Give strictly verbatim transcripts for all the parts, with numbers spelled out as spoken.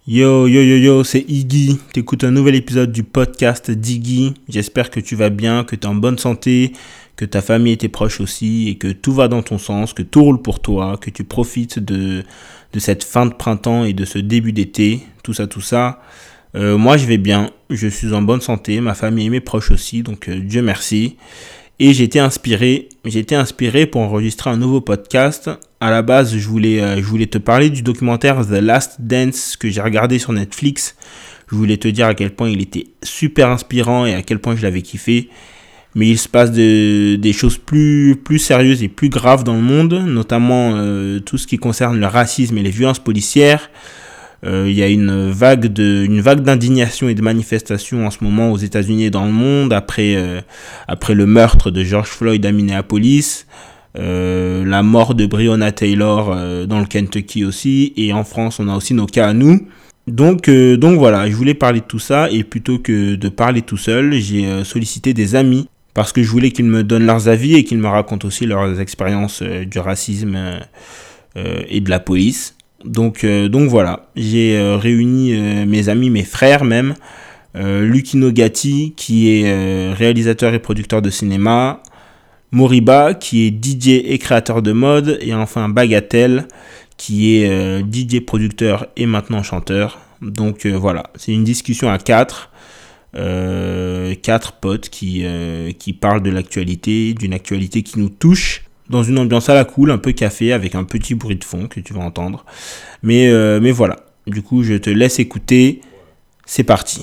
Yo, yo, yo, yo, c'est Iggy. T'écoutes un nouvel épisode du podcast d'Iggy. J'espère que tu vas bien, que t'es en bonne santé, que ta famille et tes proches aussi, et que tout va dans ton sens, que tout roule pour toi, que tu profites de, de cette fin de printemps et de ce début d'été, tout ça, tout ça. Euh, moi, je vais bien, je suis en bonne santé, ma famille et mes proches aussi, donc euh, Dieu merci. Et j'ai été inspiré, j'ai été inspiré pour enregistrer un nouveau podcast. À la base, je voulais, euh, je voulais te parler du documentaire The Last Dance que j'ai regardé sur Netflix. Je voulais te dire à quel point il était super inspirant et à quel point je l'avais kiffé. Mais il se passe de, des choses plus, plus sérieuses et plus graves dans le monde, notamment euh, tout ce qui concerne le racisme et les violences policières. Euh, il y a une vague de, une vague d'indignation et de manifestation en ce moment aux États-Unis et dans le monde après, euh, après le meurtre de George Floyd à Minneapolis, euh, la mort de Breonna Taylor euh, dans le Kentucky aussi, et en France on a aussi nos cas à nous. Donc, euh, donc voilà, je voulais parler de tout ça et plutôt que de parler tout seul, j'ai euh, sollicité des amis parce que je voulais qu'ils me donnent leurs avis et qu'ils me racontent aussi leurs expériences euh, du racisme euh, euh, et de la police. Donc, euh, donc voilà, j'ai euh, réuni euh, mes amis, mes frères même, euh, Lucino Gatti qui est euh, réalisateur et producteur de cinéma, Moriba qui est D J et créateur de mode, et enfin Bagatelle qui est euh, D J producteur et maintenant chanteur. Donc euh, voilà, c'est une discussion à quatre, euh, quatre potes qui, euh, qui parlent de l'actualité, d'une actualité qui nous touche, dans une ambiance à la cool, un peu café, avec un petit bruit de fond que tu vas entendre. Mais, euh, mais voilà, du coup, je te laisse écouter. C'est parti.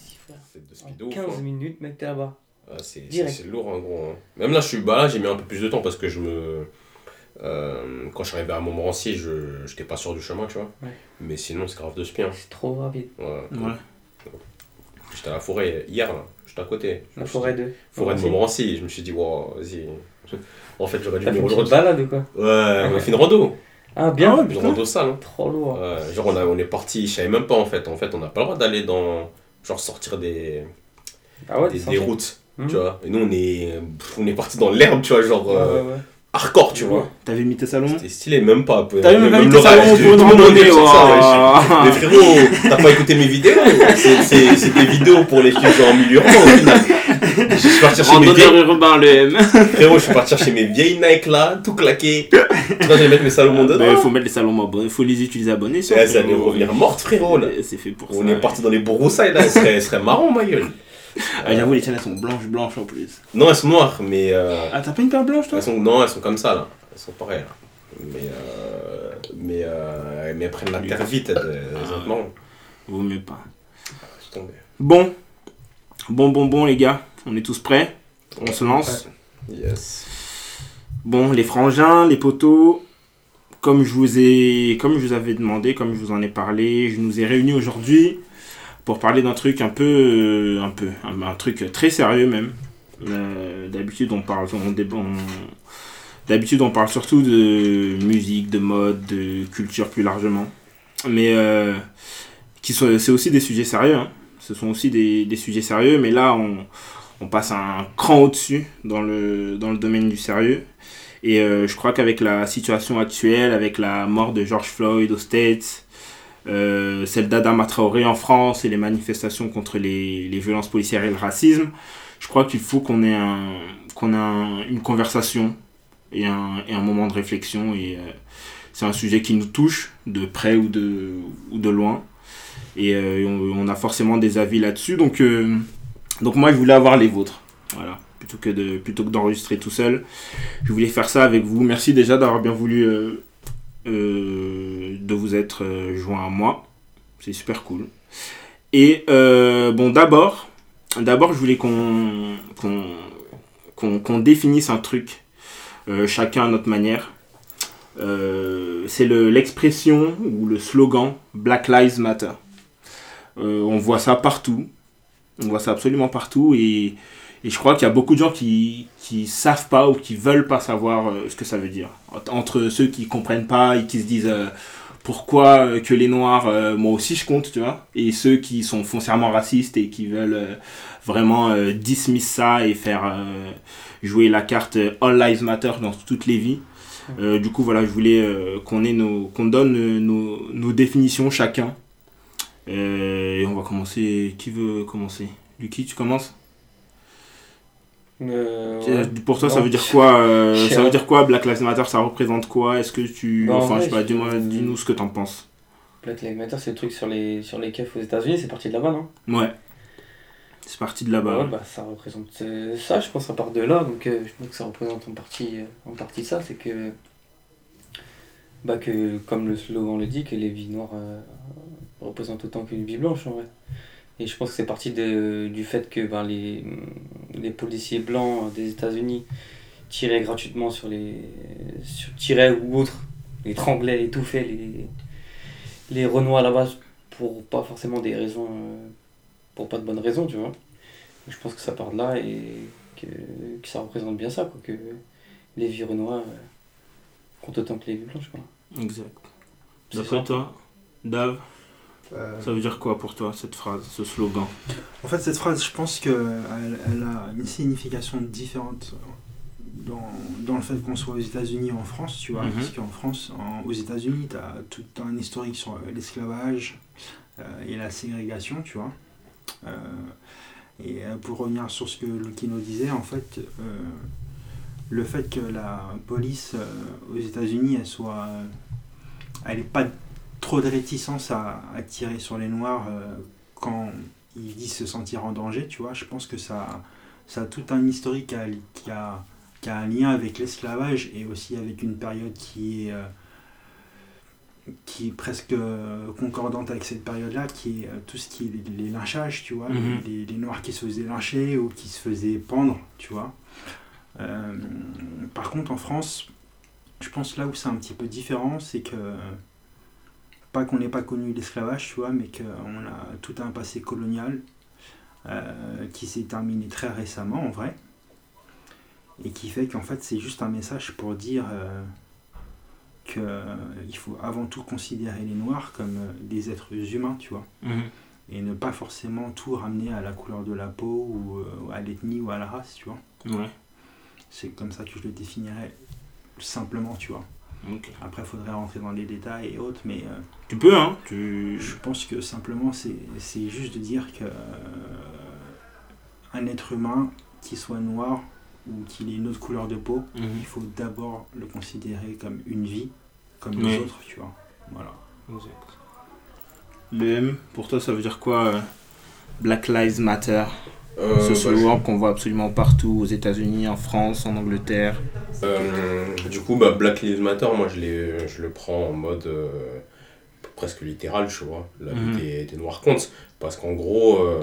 En quinze minutes, mec, t'es là-bas. Ah, c'est, c'est, c'est lourd, en gros. Hein. Même là, je suis, bah, là, j'ai mis un peu plus de temps parce que je me... Euh, quand je suis arrivé à Montmorency, je n'étais pas sûr du chemin, tu vois. Ouais. Mais sinon, c'est grave de spin. C'est trop rapide. Ouais. Ouais. J'étais à la forêt hier, là. J'étais à côté. La forêt de... Forêt de Montmorency. Je me suis dit, wow, vas-y. En fait, j'aurais dû T'as fait venir une aujourd'hui. petite balade ou quoi? Ouais, on a fait une rando. Ah, bien. Ah, une rando sale. Hein. Trop lourd. Ouais, genre, on, a, on est parti, je savais même pas en fait. En fait, on n'a pas le droit d'aller dans. Genre, sortir des, Ah ouais, des, t'es des sorti. routes. Mmh. Tu vois. Et nous, on est, on est parti dans l'herbe, tu vois, genre. Ouais, euh, ouais, ouais. hardcore, tu vois. T'avais mis tes salons? C'était stylé, même pas. T'as même pas mis tes le salons reste, pour une tout le monde randonnée, est sur ça, waouh. ouais. Mais frérot, t'as pas écouté mes vidéos? c'est, c'est, c'est des vidéos pour les filles en milieu urbain, au final. Je suis parti chercher mes vieilles... urbain, le M. Frérot, je suis parti chercher mes vieilles Nike là, tout claqué. Tu vois, j'allais mettre mes Salomon dedans. Il faut mettre les salons abonnés, il faut les utiliser abonnés. Et ça allait revenir morte, frérot, là. C'est fait pour On ça. est parti dans les broussailles là, elle serait, elle serait marrant, ma gueule. Ah, j'avoue, les tiennes elles sont blanches, blanches en plus. Non, elles sont noires, mais. Euh... Ah, t'as pas une paire blanche toi? Elles sont... Non, elles sont comme ça là. Elles sont pareilles là. Mais. Euh... Mais, euh... mais elles prennent la terre vite, elles, elles sont marrons. Vaut mieux pas. Je suis tombé. Bon, bon, bon, bon, les gars, on est tous prêts? On se lance? Yes. Bon, les frangins, les potos, comme je vous ai, comme je vous avais demandé, comme je vous en ai parlé, je nous ai réunis aujourd'hui pour parler d'un truc un peu, euh, un peu, un, un truc très sérieux même. Euh, d'habitude, on parle, on, dé- on, d'habitude, on parle surtout de musique, de mode, de culture plus largement. Mais euh, qui sont, c'est aussi des sujets sérieux. Hein. Ce sont aussi des, des sujets sérieux, mais là, on, on passe un cran au-dessus dans le, dans le domaine du sérieux. Et euh, je crois qu'avec la situation actuelle, avec la mort de George Floyd aux States, euh, celle d'Adama Traoré en France et les manifestations contre les, les violences policières et le racisme, je crois qu'il faut qu'on ait, un, qu'on ait un, une conversation et un, et un moment de réflexion. Et euh, c'est un sujet qui nous touche de près ou de, ou de loin. Et euh, on, on a forcément des avis là-dessus. Donc, euh, donc moi, je voulais avoir les vôtres. Voilà. Plutôt que, de, plutôt que d'enregistrer tout seul. Je voulais faire ça avec vous. Merci déjà d'avoir bien voulu euh, euh, de vous être euh, joint à moi. C'est super cool. Et euh, bon, d'abord, d'abord, je voulais qu'on, qu'on, qu'on, qu'on définisse un truc, euh, chacun à notre manière. Euh, c'est le, l'expression ou le slogan Black Lives Matter. Euh, on voit ça partout. On voit ça absolument partout et Et je crois qu'il y a beaucoup de gens qui qui savent pas ou qui veulent pas savoir euh, ce que ça veut dire. Entre ceux qui comprennent pas et qui se disent euh, pourquoi euh, que les noirs, euh, moi aussi je compte, tu vois. Et ceux qui sont foncièrement racistes et qui veulent euh, vraiment euh, dismiss ça et faire euh, jouer la carte euh, All Lives Matter dans toutes les vies. Euh, du coup, voilà, je voulais euh, qu'on ait nos, qu'on donne nos, nos définitions chacun Euh, et on va commencer. Qui veut commencer? Lucky, tu commences? Euh, ouais. Pour toi, Non. ça veut dire quoi euh, Je sais Ça veut pas. dire quoi Black Lives Matter? Ça représente quoi? Est-ce que tu. Bah, en Enfin, vrai, je sais pas, je- dis-moi, dis-nous ce que t'en penses. Black Lives Matter, c'est le truc sur les, sur les keufs aux États-Unis, c'est parti de là-bas, non? Ouais. C'est parti de là-bas. Ouais, ouais. bah ça représente euh, ça, je pense, à part de là, donc euh, je pense que ça représente en partie, euh, en partie ça, c'est que, bah que, comme le slogan le dit, que les vies noires euh, représentent autant qu'une vie blanche, en vrai. Et je pense que c'est parti de, du fait que ben, les, les policiers blancs des États-Unis tiraient gratuitement sur les. Sur, tiraient ou autres, étranglaient, étouffaient les, les Renois là-bas pour pas forcément des raisons. euh, pour pas de bonnes raisons, tu vois. Je pense que ça part de là et que, que ça représente bien ça, quoi, que les vies Renois euh, comptent autant que les vies blanches, quoi. Exact. C'est D'après ça. toi, Dave, Euh, ça veut dire quoi pour toi, cette phrase, ce slogan? En fait, cette phrase, je pense qu'elle elle a une signification différente dans, dans le fait qu'on soit aux États-Unis et en France, tu vois. Mhm. Parce qu'en France, en- aux États-Unis, tu as tout un historique sur euh, l'esclavage euh, et la ségrégation, tu vois. Euh, et euh, pour revenir sur ce que Lucino disait, en fait, euh, le fait que la police euh, aux États-Unis, elle soit. euh, elle n'ait pas trop de réticence à, à tirer sur les Noirs euh, quand ils disent se sentir en danger, tu vois. Je pense que ça, ça a tout un historique qui a, qui a, qui a un lien avec l'esclavage et aussi avec une période qui est, euh, qui est presque euh, concordante avec cette période-là, qui est euh, tout ce qui est les, les lynchages, tu vois, Mhm. les, les Noirs qui se faisaient lyncher ou qui se faisaient pendre, tu vois. Euh, par contre, en France, je pense là où c'est un petit peu différent, c'est que pas qu'on n'ait pas connu l'esclavage, tu vois, mais qu'on a tout un passé colonial euh, qui s'est terminé très récemment en vrai, et qui fait qu'en fait c'est juste un message pour dire euh, qu'il faut avant tout considérer les Noirs comme euh, des êtres humains, tu vois, Mhm. et ne pas forcément tout ramener à la couleur de la peau ou euh, à l'ethnie ou à la race, tu vois. Ouais, C'est comme ça que je le définirais simplement, tu vois. ok. Après, il faudrait rentrer dans les détails et autres, mais euh, Tu peux, hein tu... je pense que simplement, c'est c'est juste de dire que euh, un être humain, qu'il soit noir ou qu'il ait une autre couleur de peau, Mhm. il faut d'abord le considérer comme une vie, comme Oui. les autres, tu vois. Voilà. Exact. Le M, pour toi, ça veut dire quoi euh, Black Lives Matter? Euh, Ce bah, slogan qu'on voit absolument partout, aux États-Unis, en France, en Angleterre. Euh, du coup, bah, Black Lives Matter, moi je, l'ai- je le prends en mode euh, presque littéral, tu vois. La vie Mhm. des, des Noirs compte. Parce qu'en gros, euh,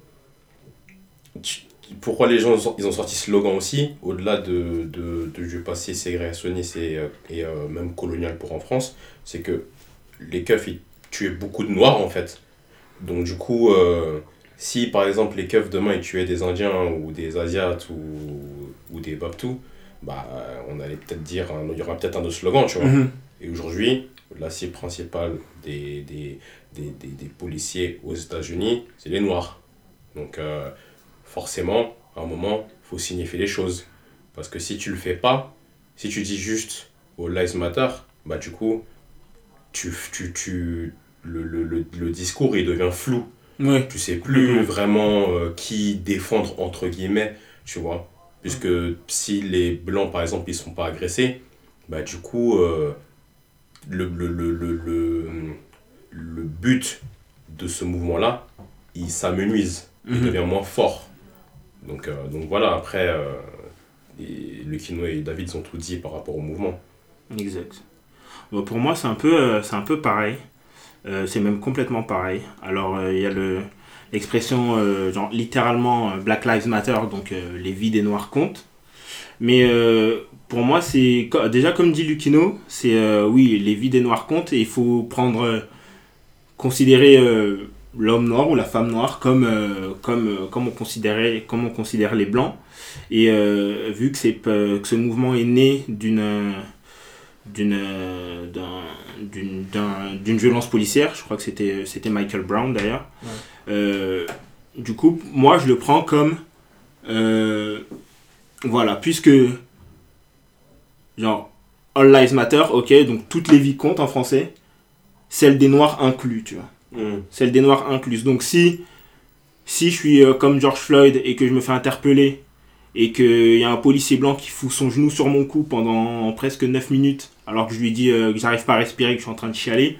tu- pourquoi les gens ils ont sorti ce slogan aussi, au-delà de, de, de du passé ségrégationniste et, euh, et euh, même colonial pour en France, c'est que les keufs ils tuaient beaucoup de Noirs en fait. Donc du coup, euh, si par exemple les keufs demain ils tuaient des Indiens ou des Asiates ou, ou des Baptous, bah on allait peut-être dire, un- il y aura peut-être un autre slogan, tu vois. Mhm. Et aujourd'hui, la cible principale des, des, des, des, des policiers aux États-Unis, c'est les Noirs. Donc euh, forcément, à un moment, il faut signifier les choses. Parce que si tu le fais pas, si tu dis juste au Lives Matter, bah du coup, tu, tu, tu, le, le, le, le discours il devient flou. Ouais. Tu sais plus Mhm. vraiment euh, qui défendre entre guillemets, tu vois. Puisque si les blancs par exemple ils sont pas agressés, bah du coup euh, le, le, le, le, le, le but de ce mouvement là il s'amenuise, il Mhm. devient moins fort. Donc, euh, donc voilà, après euh, et Lucino et David ils ont tout dit par rapport au mouvement. Exact. Bon, pour moi, c'est un peu, euh, c'est un peu pareil. Euh, c'est même complètement pareil. Alors, euh, il y a le, l'expression, euh, genre, littéralement, euh, Black Lives Matter, donc euh, les vies des Noirs comptent. Mais euh, pour moi, c'est co- déjà, comme dit Lucino, c'est euh, oui, les vies des Noirs comptent et il faut prendre, euh, considérer euh, l'homme noir ou la femme noire comme, euh, comme, euh, comme, on considérait, comme on considère les blancs. Et euh, vu que, c'est, euh, que ce mouvement est né d'une. euh, d'une euh, d'un- d'une d'un- d'une violence policière, je crois que c'était c'était Michael Brown d'ailleurs. Ouais. Euh, du coup, moi je le prends comme euh, voilà, puisque genre All Lives Matter, ok, donc toutes les vies comptent en français, celle des Noirs inclus, tu vois. Mm. Celle des Noirs incluse. Donc si, si je suis euh, comme George Floyd et que je me fais interpeller et qu'il y a un policier blanc qui fout son genou sur mon cou pendant presque neuf minutes alors que je lui dis euh, que j'arrive pas à respirer, que je suis en train de chialer,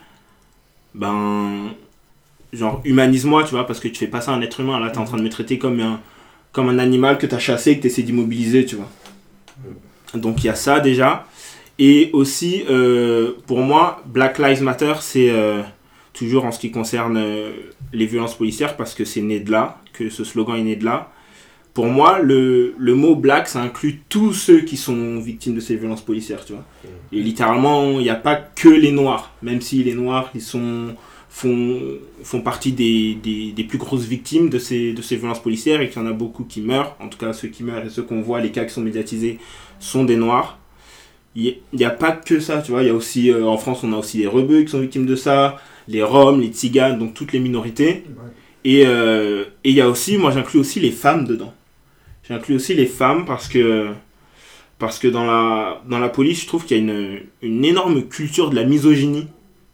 ben... genre humanise-moi, tu vois, parce que tu fais pas ça à un être humain. Là, t'es en train de me traiter comme un, comme un animal que t'as chassé, que t'essaies d'immobiliser, tu vois. Donc il y a ça déjà. Et aussi, euh, pour moi, Black Lives Matter, c'est euh, toujours en ce qui concerne euh, les violences policières, parce que c'est né de là, que ce slogan est né de là. Pour moi, le, le mot black, ça inclut tous ceux qui sont victimes de ces violences policières, tu vois. Et littéralement, il n'y a pas que les noirs, même si les noirs, ils sont... Font, font partie des, des, des plus grosses victimes de ces, de ces violences policières et qu'il y en a beaucoup qui meurent. En tout cas, ceux qui meurent et ceux qu'on voit, les cas qui sont médiatisés, sont des noirs. Il n'y a pas que ça, tu vois. Il y a aussi, euh, en France, on a aussi les rebeux qui sont victimes de ça, les roms, les tziganes, donc toutes les minorités. Ouais. Et euh, et il y a aussi, moi j'inclus aussi les femmes dedans. J'inclus aussi les femmes parce que, parce que dans, la, dans la police, je trouve qu'il y a une, une énorme culture de la misogynie.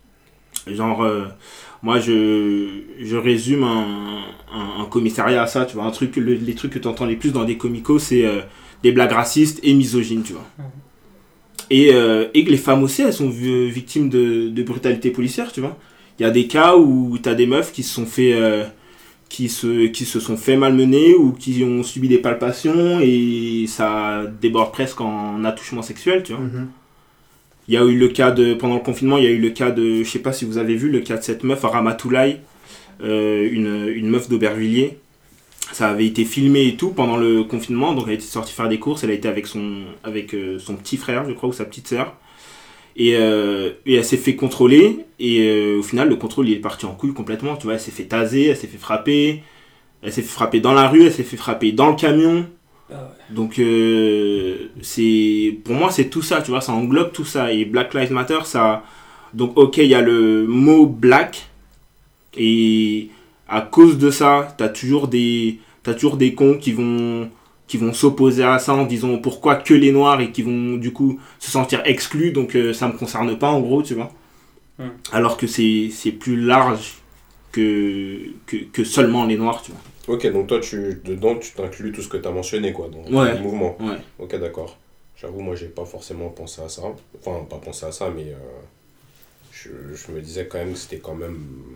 Genre, euh, moi, je, je résume un, un, un commissariat à ça, tu vois. Un truc, le, les trucs que tu entends les plus dans des comicos, c'est euh, des blagues racistes et misogynes, tu vois. Mhm. Et, euh, et que les femmes aussi, elles sont v- victimes de, de brutalité policière, tu vois. Il y a des cas où tu as des meufs qui se sont fait... Euh, qui se, qui se sont fait malmener ou qui ont subi des palpations et ça déborde presque en attouchement sexuel, tu vois. Mhm. Il y a eu le cas de, pendant le confinement, il y a eu le cas de, je sais pas si vous avez vu, le cas de cette meuf, Ramatoulaye, euh, une, une meuf d'Aubervilliers. Ça avait été filmé et tout pendant le confinement, donc elle était sortie faire des courses, elle a été avec son, avec, euh, son petit frère, je crois, ou sa petite sœur. Et, euh, et elle s'est fait contrôler, et euh, au final, le contrôle il est parti en couille complètement, tu vois, elle s'est fait taser, elle s'est fait frapper, elle s'est fait frapper dans la rue, elle s'est fait frapper dans le camion. Ah ouais. Donc, euh, c'est, pour moi, c'est tout ça, tu vois, ça englobe tout ça. Et Black Lives Matter, ça. Donc, ok, il y a le mot black, et à cause de ça, t'as toujours des, t'as toujours des cons qui vont, qui vont s'opposer à ça en disant pourquoi que les noirs et qui vont du coup se sentir exclus, donc euh, ça me concerne pas en gros, tu vois. Mm. Alors que c'est, c'est plus large que, que, que seulement les noirs, tu vois. Ok, donc toi, tu, dedans, tu t'inclus tout ce que tu as mentionné, quoi, dans Ouais. le mouvement. Ouais. Ok, d'accord. J'avoue, moi, j'ai pas forcément pensé à ça. Enfin, pas pensé à ça, mais euh, je, je me disais quand même que c'était quand même,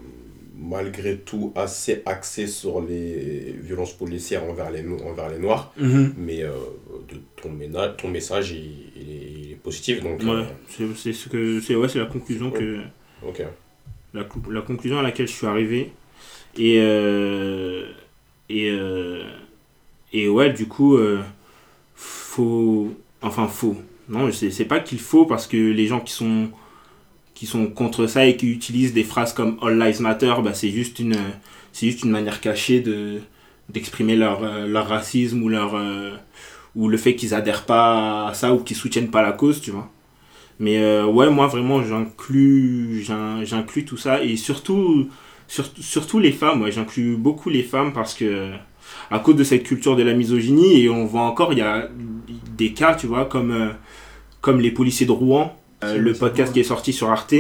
malgré tout, assez axé sur les violences policières envers les, no- envers les Noirs. Mm-hmm. Mais euh, de ton, ménage, ton message, il, il, est, il est positif, donc... Ouais, euh, c'est, c'est, ce que, c'est, ouais, c'est la conclusion que... ok. La, cou- la conclusion à laquelle je suis arrivé. Et... Euh, et... Euh, et ouais, du coup... Euh, faut... Enfin, faut. Non, c'est, c'est pas qu'il faut, parce que les gens qui sont... qui sont contre ça et qui utilisent des phrases comme All Lives Matter, bah, c'est juste une, c'est juste une manière cachée de, d'exprimer leur, euh, leur racisme ou, leur, euh, ou le fait qu'ils adhèrent pas à ça ou qu'ils soutiennent pas la cause, tu vois. Mais euh, ouais, moi vraiment, j'inclus, j'in- j'inclus tout ça et surtout, sur- surtout les femmes, ouais, j'inclus beaucoup les femmes parce que à cause de cette culture de la misogynie, et on voit encore, il y a des cas, tu vois, comme, euh, comme les policiers de Rouen. Euh, C'est le vrai, podcast c'est qui est sorti sur Arte,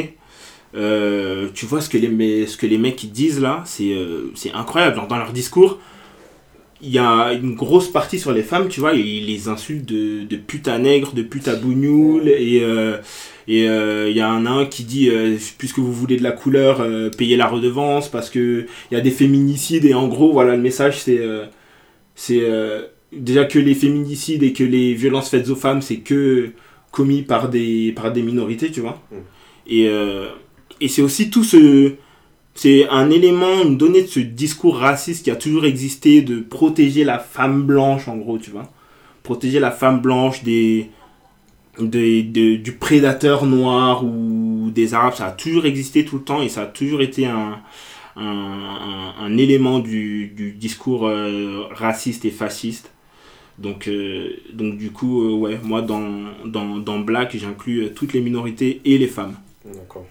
euh, tu vois ce que les, mais, ce que les mecs ils disent là, c'est, euh, c'est incroyable. Genre, dans leur discours, il y a une grosse partie sur les femmes, tu vois, ils les insultent de, de putain nègre, de putain bougnoule, et euh, et euh, il y en a un qui dit euh, puisque vous voulez de la couleur, euh, payez la redevance, parce que il y a des féminicides, et en gros, voilà, le message c'est, euh, c'est euh, déjà que les féminicides et que les violences faites aux femmes, c'est que commis par des, par des minorités, tu vois. Mm. Et, euh, et c'est aussi tout ce... C'est un élément, une donnée de ce discours raciste qui a toujours existé, de protéger la femme blanche, en gros, tu vois. Protéger la femme blanche des, des, de- du prédateur noir ou des arabes, ça a toujours existé tout le temps, et ça a toujours été un, un, un, un élément du, du discours euh, raciste et fasciste. Donc, euh, donc du coup, euh, ouais, moi dans, dans, dans Black, j'inclus euh, toutes les minorités et les femmes. D'accord.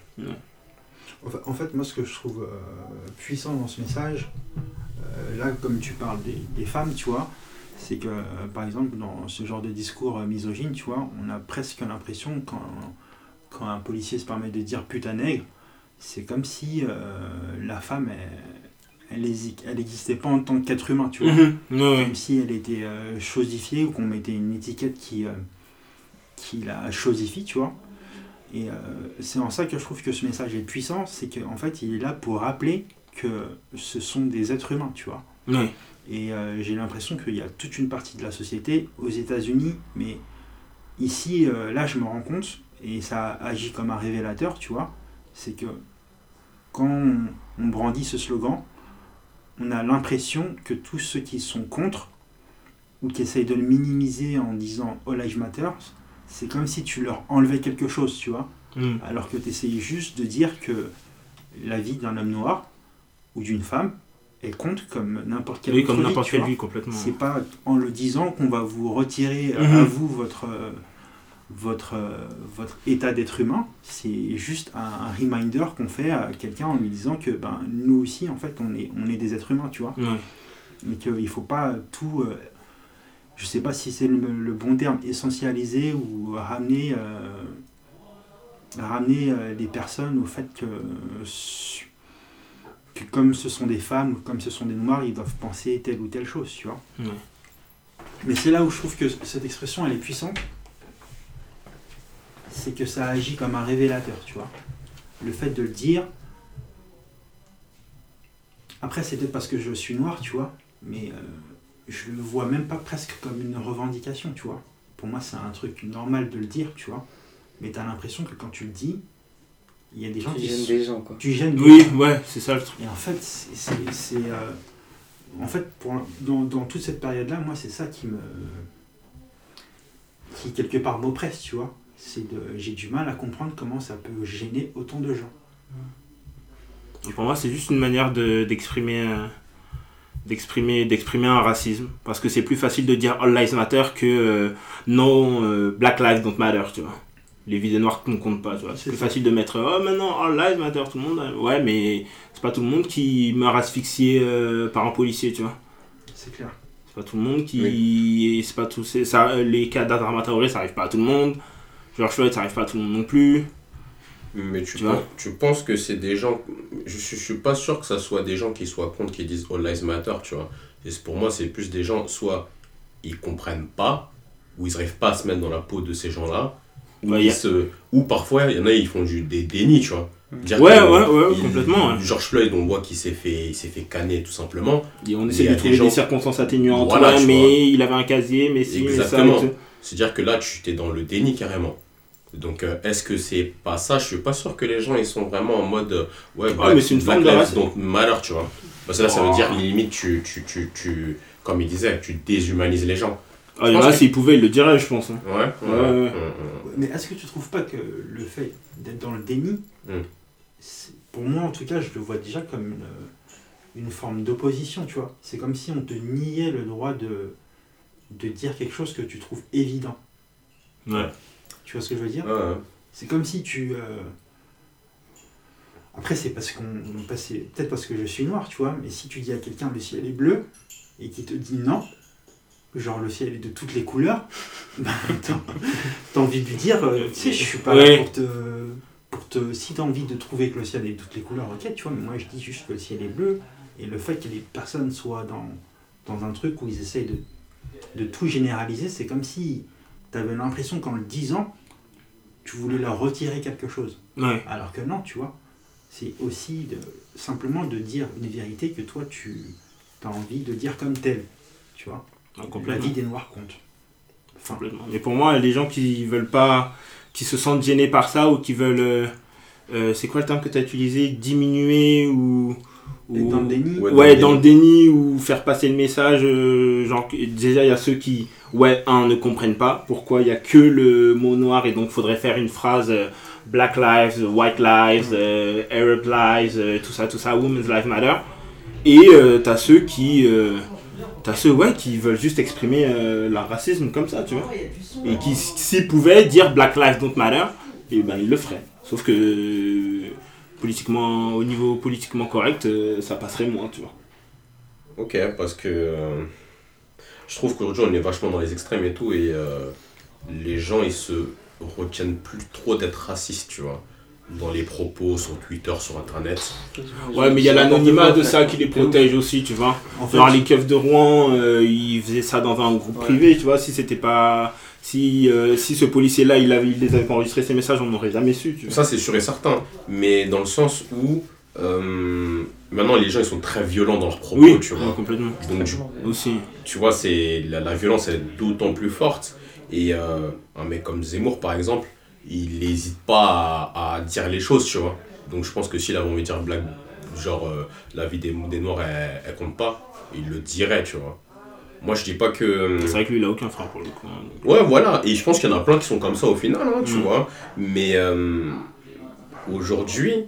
En fait- En fait, moi, ce que je trouve euh, puissant dans ce message, euh, là, comme tu parles des, des femmes, tu vois, c'est que, euh, par exemple, dans ce genre de discours euh, misogyne, tu vois, on a presque l'impression, quand, quand un policier se permet de dire putain nègre, c'est comme si euh, la femme, elle n'existait pas en tant qu'être humain, tu vois. Mmh. Ouais. Comme si elle était euh, chosifiée ou qu'on mettait une étiquette qui, euh, qui la chosifie, tu vois. Et euh, c'est en ça que je trouve que ce message est puissant, c'est qu'en fait, il est là pour rappeler que ce sont des êtres humains, tu vois. Ouais. Et euh, j'ai l'impression qu'il y a toute une partie de la société aux États-Unis, mais ici, euh, là, je me rends compte, et ça agit comme un révélateur, tu vois, c'est que quand on, on brandit ce slogan, on a l'impression que tous ceux qui sont contre, ou qui essayent de le minimiser en disant « All Lives Matter », c'est comme si tu leur enlevais quelque chose, tu vois. Mmh. Alors que tu essayes juste de dire que la vie d'un homme noir ou d'une femme, elle compte comme n'importe quelle oui, autre comme vie, n'importe tu quelle vois. vie, complètement. C'est pas en le disant qu'on va vous retirer euh, Mhm. à vous votre, euh, votre, euh, votre état d'être humain. C'est juste un, un reminder qu'on fait à quelqu'un en lui disant que ben, nous aussi, en fait, on est, on est des êtres humains, tu vois. Ouais. Mais qu'il faut pas tout... Euh, je sais pas si c'est le, le bon terme, essentialiser ou ramener, euh, ramener euh, les personnes au fait que, que comme ce sont des femmes ou comme ce sont des noirs, ils doivent penser telle ou telle chose, tu vois. Ouais. Mais c'est là où je trouve que cette expression, elle est puissante. C'est que ça agit comme un révélateur, tu vois. Le fait de le dire... Après, c'est peut-être parce que je suis noir, tu vois, mais... Euh, je le vois même pas presque comme une revendication, tu vois. Pour moi, c'est un truc normal de le dire, tu vois. Mais t'as l'impression que quand tu le dis, il y a des gens Tu qui... gênes des gens, quoi. Tu gênes des Oui, gens. ouais, c'est ça le truc. Et en fait, c'est... c'est, c'est, euh, en fait, pour, dans, dans toute cette période-là, moi, c'est ça qui me... qui, quelque part, m'oppresse, tu vois. C'est de... J'ai du mal à comprendre comment ça peut gêner autant de gens. Et pour moi, c'est juste une manière de, d'exprimer... Euh... d'exprimer d'exprimer un racisme, parce que c'est plus facile de dire All Lives Matter que euh, non, euh, Black Lives Don't Matter, tu vois. Les vies des noirs ne comptent pas, tu vois. C'est, c'est plus ça. Facile de mettre oh maintenant All Lives Matter, tout le monde, ouais, mais c'est pas tout le monde qui meurt asphyxié euh, par un policier, tu vois. C'est clair. C'est pas tout le monde qui Oui. c'est pas tout c'est ça, les cas d'Adama Traoré, ça arrive pas à tout le monde. George Floyd, ça arrive pas à tout le monde non plus. Mais tu, Tu penses, vois. tu penses que c'est des gens... Je, je suis pas sûr que ça soit des gens qui soient contre, qui disent All Lives Matter, tu vois. Et c'est- pour moi, c'est plus des gens, soit ils comprennent pas, ou ils arrivent pas à se mettre dans la peau de ces gens-là, ou, Ouais, ils y a- se... ou parfois, il y en a, ils font du, des dénis, tu vois. Dire Ouais, que, ouais, ouais, il- complètement, ouais. George Floyd, on voit qu'il s'est fait, il s'est fait canner, tout simplement. Et on Il essaie y a de des trouver gens- des circonstances atténuantes, Voilà, ouais, tu mais vois. il avait un casier, mais si, mais ça, Exactement. et tout. C'est-à-dire que là, tu t'es dans le déni carrément. Donc, euh, est-ce que c'est pas ça? Je suis pas sûr que les gens ils sont vraiment en mode euh, ouais, Ah, mais c'est une forme de racisme. donc malheur, tu vois. Parce que là, ça veut Oh. dire limite, tu, tu, tu, tu, comme il disait, tu déshumanises les gens. Ah, il y Je en pense a, que- s'ils pouvaient, ils le diraient, je pense. Hein. Ouais, ouais. Ouais, ouais. ouais, ouais. Mais est-ce que tu trouves pas que le fait d'être dans le déni, Mm. c'est- pour moi en tout cas, je le vois déjà comme une, une forme d'opposition, tu vois. C'est comme si on te niait le droit de, de dire quelque chose que tu trouves évident. Ouais. Tu vois ce que je veux dire? Ouais, ouais. C'est comme si tu... euh, Après, c'est parce qu'on... on- c'est peut-être parce que je suis noir, tu vois, mais si tu dis à quelqu'un le ciel est bleu, et qu'il te dit non, genre le ciel est de toutes les couleurs, ben, t'as, t'as envie de lui dire, euh, tu sais, je suis pas Ouais. là pour te... Pour te si t'as envie de trouver que le ciel est de toutes les couleurs, ok, tu vois, mais moi je dis juste que le ciel est bleu, et le fait que les personnes soient dans, dans un truc où ils essayent de, de tout généraliser, c'est comme si t'avais l'impression qu'en le disant, tu voulais leur retirer quelque chose. Ouais. Alors que non, tu vois. C'est aussi de, simplement de dire une vérité que toi, tu as envie de dire comme telle. Tu vois. Ah, La complètement. vie des Noirs compte. Enfin, Complètement. Mais pour moi, les gens qui veulent pas, qui se sentent gênés par ça ou qui veulent, euh, euh, c'est quoi le terme que tu as utilisé, diminuer ou, être dans le déni. Ouais. ouais, dans le déni ou faire passer le message, euh, genre que- déjà il y a ceux qui, ouais, un, ne comprennent pas pourquoi il y a que le mot noir et donc faudrait faire une phrase euh, Black Lives, White Lives, euh, Arab Lives, euh, tout ça, tout ça, Women's Lives Matter. Et euh, t'as ceux qui, euh, t'as ceux ouais qui veulent juste exprimer euh, leur racisme comme ça, tu vois. Et qui, s'ils pouvaient dire Black Lives Don't Matter, et ben ils le feraient. Sauf que euh, politiquement, au niveau politiquement correct, euh, ça passerait moins, tu vois. Ok, parce que euh, je trouve qu'aujourd'hui on est vachement dans les extrêmes et tout, et euh, les gens ils se retiennent plus trop d'être racistes, tu vois. dans les propos sur Twitter, sur Internet. Ouais, mais il y a l'anonymat de ça qui les protège aussi, tu vois. En fait, Genre les keufs de Rouen, euh, ils faisaient ça dans un groupe Ouais. privé, tu vois. Si c'était pas. Si, euh, si ce policier-là, il, avait, il les avait pas enregistrés, ces messages, on n'aurait jamais su, tu vois. Ça, c'est sûr et certain. Mais dans le sens où euh, maintenant, les gens ils sont très violents dans leurs propos, Oui, tu ouais, vois. complètement. Donc, du- Aussi. tu vois, c'est, la, la violence elle est d'autant plus forte. Et euh, un mec comme Zemmour, par exemple, il n'hésite pas à, à dire les choses, tu vois. Donc, je pense que s'il avait envie de dire blague, genre euh, la vie des, des Noirs, elle, elle compte pas, il le dirait, tu vois. Moi, je dis pas que. C'est vrai que lui, il a aucun frein pour le coup. hein. Ouais, voilà. Et je pense qu'il y en a plein qui sont comme ça au final, hein, tu Mm. vois. Mais euh, aujourd'hui,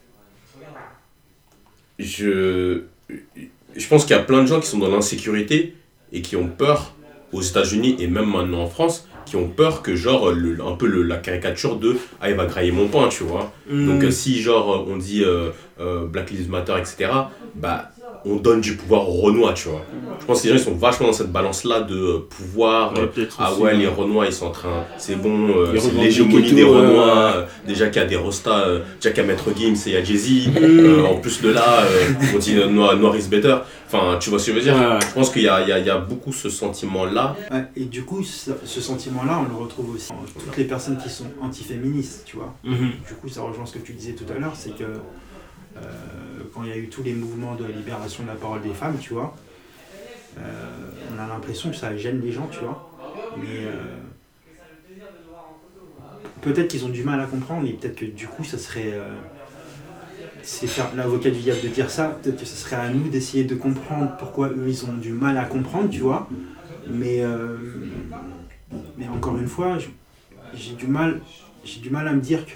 je, je pense qu'il y a plein de gens qui sont dans l'insécurité et qui ont peur aux États-Unis et même maintenant en France, qui ont peur que, genre, le, un peu le, la caricature de ah, il va grailler mon pain, tu vois. Mm. Donc, euh, si, genre, on dit euh, euh, Black Lives Matter, et cetera, bah, on donne du pouvoir aux Renois, tu vois. Je pense que les gens ils sont vachement dans cette balance-là de euh, pouvoir. Ouais, euh, peut-être ah aussi, ouais, ouais. les Renois ils sont en train. C'est bon, euh, Ils c'est revendiquent l'hégémonie et des tout, Renois. ouais. euh, déjà qu'il y a des Rostas, euh, déjà qu'il y a Maître Gims et il y a Jay-Z. Mm. euh, en plus de là, euh, on dit euh, Noir, Noir is better. Enfin, tu vois ce que je veux dire. Ouais. Je pense qu'il y a, il y, a, il y a beaucoup ce sentiment-là. ouais, et du coup, ce, ce sentiment-là, on le retrouve aussi dans toutes les personnes qui sont antiféministes, tu vois. Mhm. Du coup, ça rejoint ce que tu disais tout à l'heure, c'est que euh, quand il y a eu tous les mouvements de libération de la parole des femmes, tu vois, euh, on a l'impression que ça gêne les gens, tu vois. Mais euh, peut-être qu'ils ont du mal à comprendre, et peut-être que du coup, ça serait. Euh, c'est faire l'avocat du diable de dire ça, peut-être que ce serait à nous d'essayer de comprendre pourquoi eux ils ont du mal à comprendre, tu vois. Mais, euh, mais encore une fois, je- j'ai du mal, j'ai du mal à me dire que.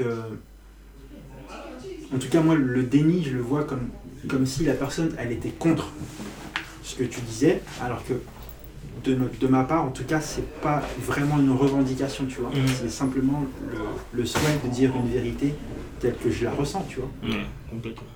En tout cas, moi, le déni, je le vois comme, comme si la personne, elle était contre ce que tu disais, alors que de, no- de ma part, en tout cas, c'est pas vraiment une revendication, tu vois. Mhm. C'est simplement le, le souhait de dire une vérité telle que je la ressens, tu vois. Ouais, complètement.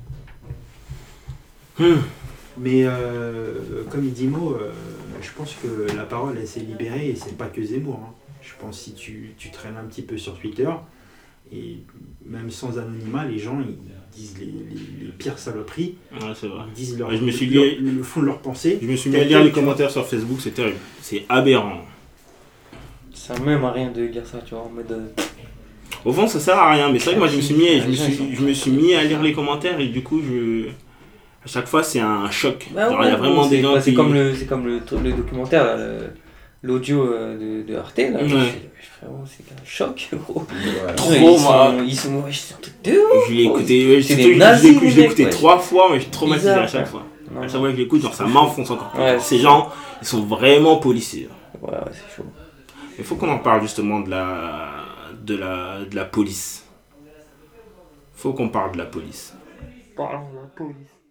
Hmm. Mais euh, comme il dit Mo, euh, je pense que la parole, elle s'est libérée et c'est pas que Zemmour. hein. Je pense que si tu, tu traînes un petit peu sur Twitter, et même sans anonymat, les gens ils disent les, les- les pires saloperies, Ouais, c'est vrai. ils disent leur, Ouais, je me suis leur- lié- le fond de leur pensée. Je me suis mis à lire les commentaires sur Facebook, c'est terrible. C'est aberrant. Ça sert même à rien de lire ça, tu vois, en mode. euh, Au fond, ça sert à rien, mais c'est vrai que moi je me suis mis, je me suis, je me suis mis à lire les commentaires et du coup, je, à chaque fois, c'est un choc. Bah Genre, ouais, il y a vraiment bon, des c'est- gens bah, c'est qui. comme le, c'est comme le, le documentaire, là, le- l'audio euh, de, de Arte, là. Ouais. Je suis- Frérot, c'est un choc, gros. Ouais. Trop, ils moi. sont, ils sont, ils sont tous deux. Je l'ai écouté, ouais, c'est surtout, des je l'ai nazis, écouté- je l'ai les écouté mecs, trois fois, mais je suis traumatisé Bizarre, à chaque ouais. fois. Non, À non. chaque fois que je l'écoute, genre, ça m'enfonce encore plus. Ouais, Ces c'est gens, ils sont vraiment policiers. Ouais, ouais, c'est chaud. Il faut qu'on en parle justement de la, de la, de la police. Faut qu'on parle de la police. Parlons de la police.